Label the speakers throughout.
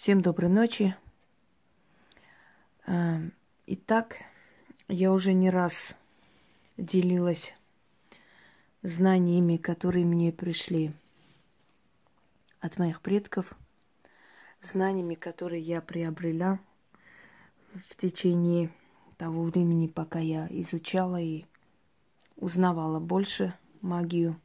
Speaker 1: Всем доброй ночи. Итак, я уже не раз делилась знаниями, которые мне пришли от моих предков, знаниями, которые я приобрела в течение того времени, пока я изучала и узнавала больше магию.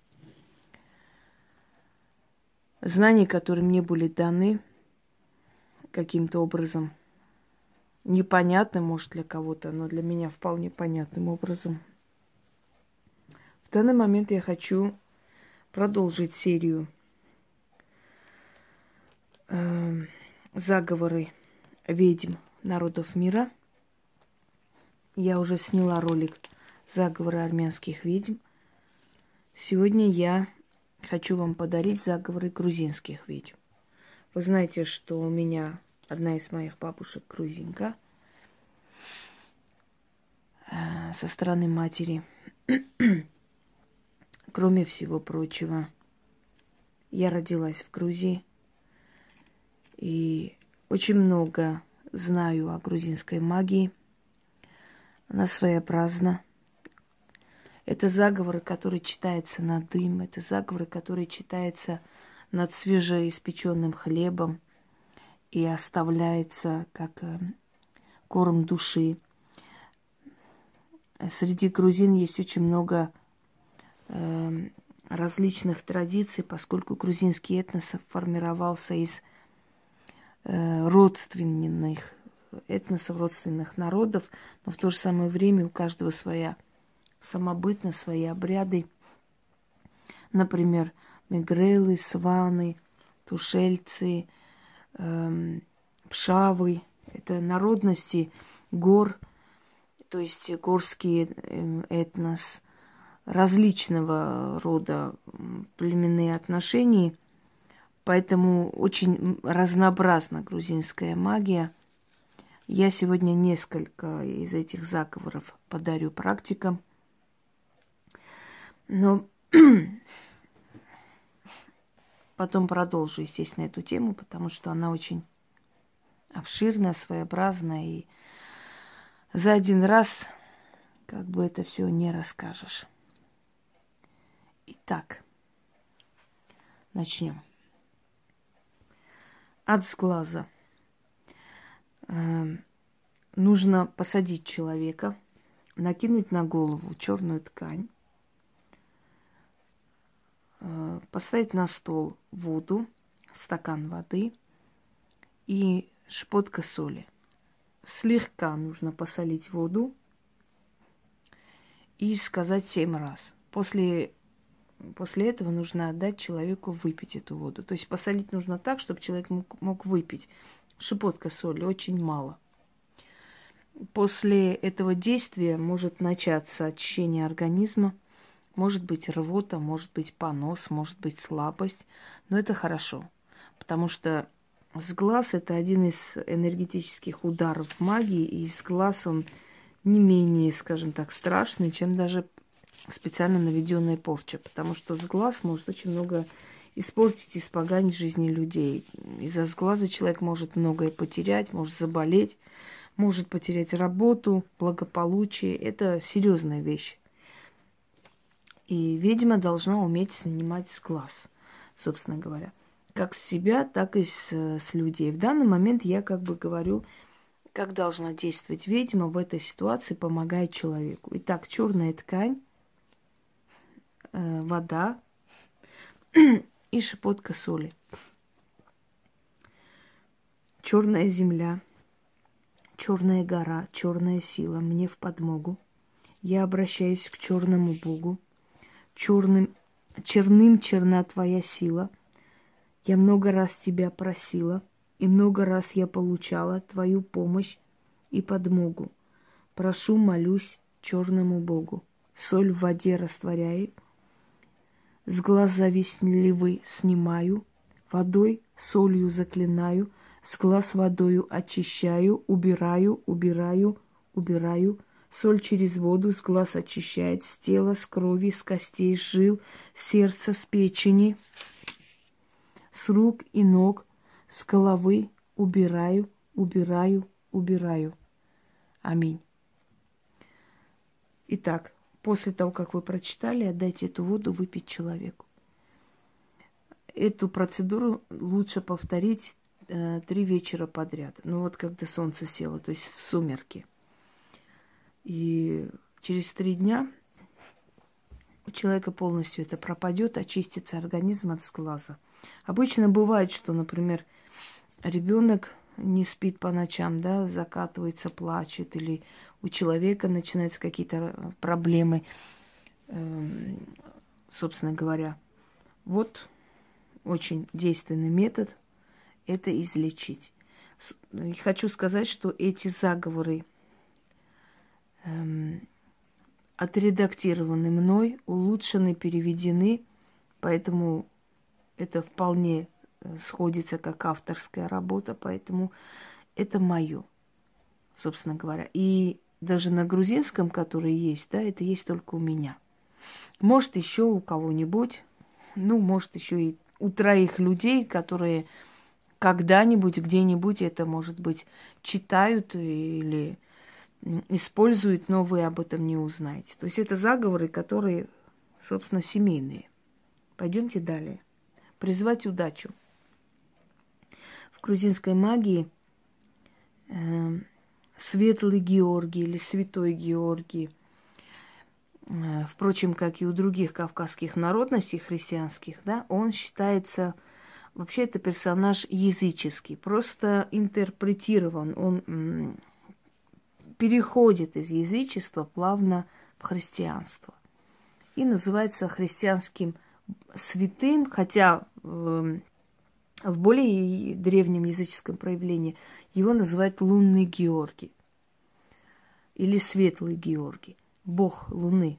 Speaker 1: Знания, которые мне были даны каким-то образом, непонятным, может, для кого-то, но для меня вполне понятным образом. В данный момент я хочу продолжить серию заговоры ведьм народов мира. Я уже сняла ролик «Заговоры армянских ведьм». Сегодня я хочу вам подарить заговоры грузинских ведьм. Вы знаете, что у меня одна из моих бабушек грузинка со стороны матери. Кроме всего прочего, я родилась в Грузии и очень много знаю о грузинской магии. Она своеобразна. Это заговоры, которые читаются на дым, это заговоры, которые читаются над свежеиспеченным хлебом и оставляется как корм души. Среди грузин есть очень много различных традиций, поскольку грузинский этнос формировался из родственных этносов, родственных народов, но в то же самое время у каждого своя самобытность, свои обряды. Например, мегрелы, сваны, тушельцы, пшавы. Это народности гор, то есть горский этнос, различного рода племенные отношения. Поэтому очень разнообразна грузинская магия. Я сегодня несколько из этих заговоров подарю практикам. Но потом продолжу, естественно, эту тему, потому что она очень обширная, своеобразная. И за один раз как бы это все не расскажешь. Итак, начнем. От сглаза. Нужно посадить человека, накинуть на голову черную ткань, поставить на стол воду, стакан воды и щепотка соли. Слегка нужно посолить воду и сказать 7 раз. После этого нужно отдать человеку выпить эту воду. То есть посолить нужно так, чтобы человек мог выпить. Щепотка соли очень мало. После этого действия может начаться очищение организма. Может быть рвота, может быть понос, может быть слабость. Но это хорошо, потому что сглаз – это один из энергетических ударов магии, и сглаз он не менее, скажем так, страшный, чем даже специально наведенная порча, потому что сглаз может очень много испортить, испоганить жизни людей. Из-за сглаза человек может многое потерять, может заболеть, может потерять работу, благополучие. Это серьезная вещь. И ведьма должна уметь снимать сглаз, собственно говоря. Как с себя, так и с людей. В данный момент я как бы говорю, как должна действовать ведьма в этой ситуации, помогая человеку. Итак, черная ткань, вода и щепотка соли. Черная земля, черная гора, черная сила мне в подмогу. Я обращаюсь к черному Богу. Черным черна твоя сила. Я много раз тебя просила, и много раз я получала твою помощь и подмогу. Прошу, молюсь черному Богу. Соль в воде растворяю, с глаз завистливый снимаю, водой, солью заклинаю, с глаз водою очищаю, убираю, соль через воду с глаз очищает, с тела, с крови, с костей, с жил, с сердца, с печени, с рук и ног, с головы убираю, убираю, убираю. Аминь. Итак, после того, как вы прочитали, отдайте эту воду выпить человеку. Эту процедуру лучше повторить 3 вечера подряд. Ну вот когда солнце село, то есть в сумерки. И через 3 дня у человека полностью это пропадет, очистится организм от сглаза. Обычно бывает, что, например, ребенок не спит по ночам, да, закатывается, плачет, или у человека начинаются какие-то проблемы, собственно говоря. Вот очень действенный метод – это излечить. И хочу сказать, что эти заговоры отредактированы мной, улучшены, переведены, поэтому это вполне сходится как авторская работа, поэтому это мое, собственно говоря. И даже на грузинском, который есть, да, это есть только у меня. Может, еще у кого-нибудь, ну, может, еще и у 3 людей, которые когда-нибудь, где-нибудь это, может быть, читают или используют, но вы об этом не узнаете. То есть это заговоры, которые, собственно, семейные. Пойдемте далее. Призвать удачу. В грузинской магии Светлый Георгий или Святой Георгий, впрочем, как и у других кавказских народностей христианских, да, он считается, вообще это персонаж языческий, просто интерпретирован, он переходит из язычества плавно в христианство и называется христианским святым, хотя в более древнем языческом проявлении его называют лунный Георгий или светлый Георгий, бог луны.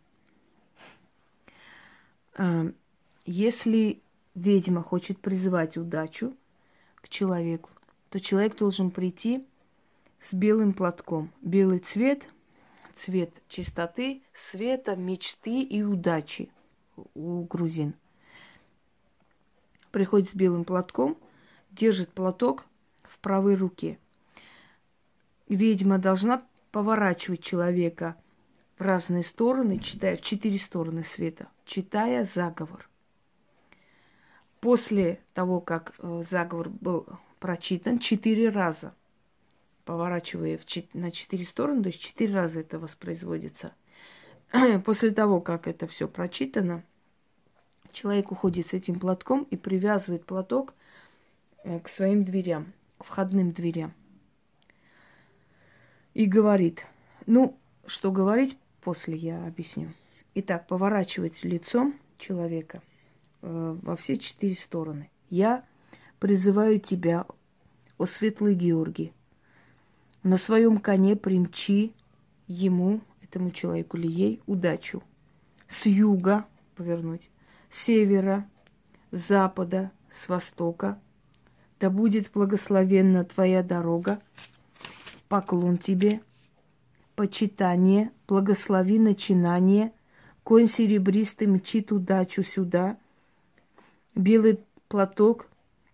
Speaker 1: Если ведьма хочет призывать удачу к человеку, то человек должен прийти с белым платком. Белый цвет, цвет чистоты, света, мечты и удачи у грузин. Приходит с белым платком, держит платок в правой руке. Ведьма должна поворачивать человека в разные стороны, читая в 4 стороны света, читая заговор. После того, как заговор был прочитан 4 раза, поворачивая на 4 стороны, то есть 4 раза это воспроизводится. После того, как это все прочитано, человек уходит с этим платком и привязывает платок к своим дверям, к входным дверям. И говорит, ну, что говорить, после я объясню. Итак, поворачивать лицом человека во все 4 стороны. Я призываю тебя, о светлый Георгий, на своем коне примчи ему, этому человеку или ей, удачу. С юга повернуть, с севера, с запада, с востока. Да будет благословенна твоя дорога. Поклон тебе, почитание, благослови начинание. Конь серебристый мчит удачу сюда. Белый платок,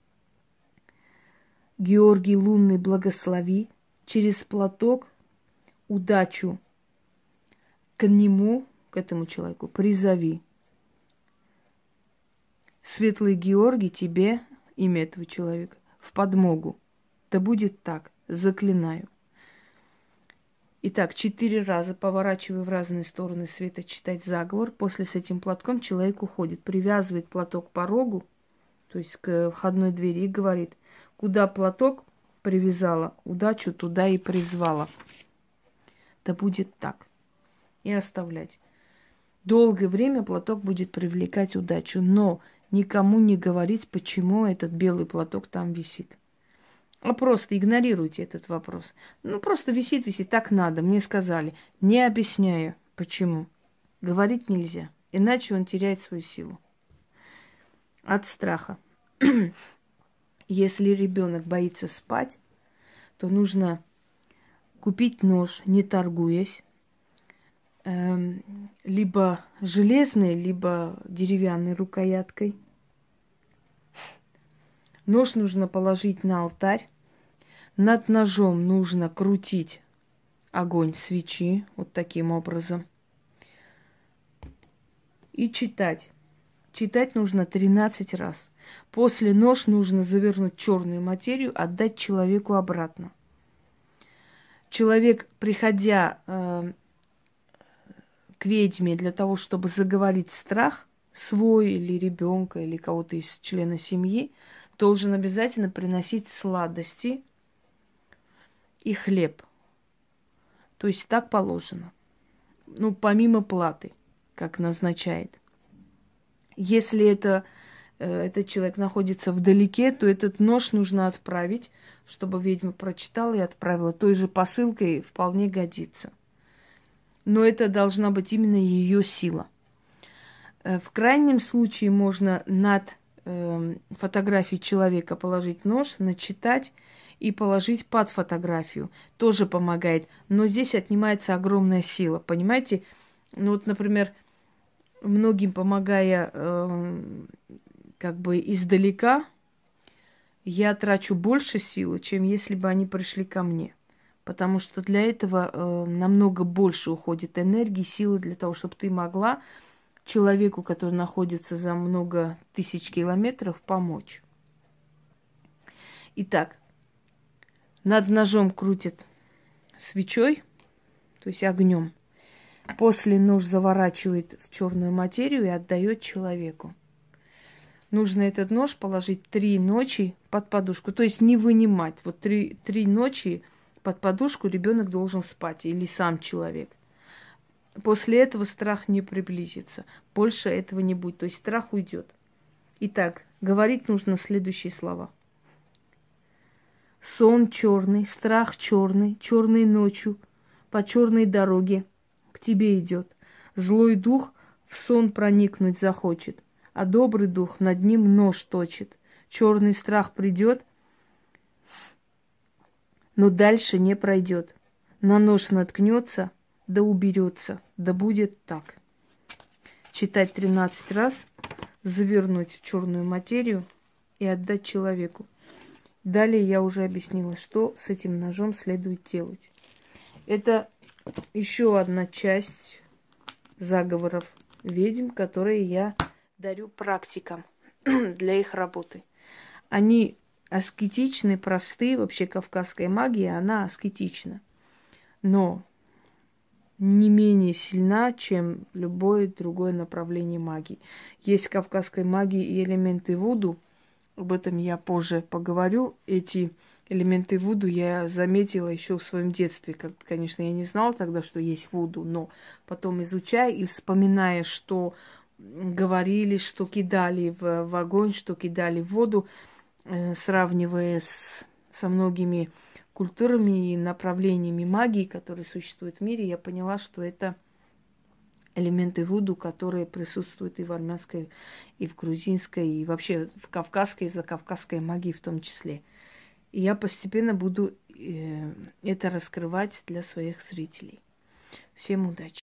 Speaker 1: Георгий лунный, благослови. Через платок удачу к нему, к этому человеку, призови. Светлый Георгий тебе, имя этого человека, в подмогу. Да будет так, заклинаю. Итак, 4 раза поворачивая в разные стороны света, читать заговор. После с этим платком человек уходит, привязывает платок к порогу, то есть к входной двери, и говорит, куда платок привязала, удачу туда и призвала. Да будет так. И оставлять. Долгое время платок будет привлекать удачу, но никому не говорить, почему этот белый платок там висит. А просто игнорируйте этот вопрос. Ну, просто висит, так надо, мне сказали. Не объясняя, почему. Говорить нельзя, иначе он теряет свою силу. От страха. Если ребенок боится спать, то нужно купить нож, не торгуясь, либо железной, либо деревянной рукояткой. Нож нужно положить на алтарь Над ножом нужно крутить огонь свечи вот таким образом. И читать. Читать нужно 13 раз. После нож нужно завернуть в черную материю, отдать человеку обратно. Человек, приходя к ведьме для того, чтобы заговорить страх, свой или ребенка, или кого-то из члена семьи, должен обязательно приносить сладости и хлеб. То есть так положено. Ну, помимо платы, как назначает. Если этот человек находится вдалеке, то этот нож нужно отправить, чтобы ведьма прочитала и отправила. Той же посылкой вполне годится. Но это должна быть именно ее сила. В крайнем случае можно над фотографией человека положить нож, начитать и положить под фотографию. Тоже помогает. Но здесь отнимается огромная сила. Понимаете? Ну вот, например, многим помогая как бы издалека, я трачу больше силы, чем если бы они пришли ко мне. Потому что для этого намного больше уходит энергии, силы для того, чтобы ты могла человеку, который находится за много тысяч километров, помочь. Итак, над ножом крутят свечой, то есть огнем. После нож заворачивает в черную материю и отдает человеку. Нужно этот нож положить 3 ночи под подушку, то есть не вынимать. Вот 3 ночи под подушку ребенок должен спать, или сам человек. После этого страх не приблизится. Больше этого не будет. То есть страх уйдет. Итак, говорить нужно следующие слова. Сон черный, страх черный, черной ночью, по черной дороге к тебе идет. Злой дух в сон проникнуть захочет, а добрый дух над ним нож точит. Черный страх придет, но дальше не пройдет. На нож наткнется, да уберется, да будет так. Читать 13 раз, завернуть в черную материю и отдать человеку. Далее я уже объяснила, что с этим ножом следует делать. Это еще одна часть заговоров ведьм, которые я дарю практикам для их работы. Они аскетичны, просты. Вообще кавказская магия, она аскетична. Но не менее сильна, чем любое другое направление магии. Есть в кавказской магии и элементы вуду. Об этом я позже поговорю. Эти элементы вуду я заметила еще в своем детстве. Конечно, я не знала тогда, что есть вуду, но потом изучая и вспоминая, что говорили, что кидали в огонь, что кидали в воду, сравнивая со многими культурами и направлениями магии, которые существуют в мире, я поняла, что это элементы вуду, которые присутствуют и в армянской, и в грузинской, и вообще в кавказской, и закавказской магии в том числе. И я постепенно буду это раскрывать для своих зрителей. Всем удачи!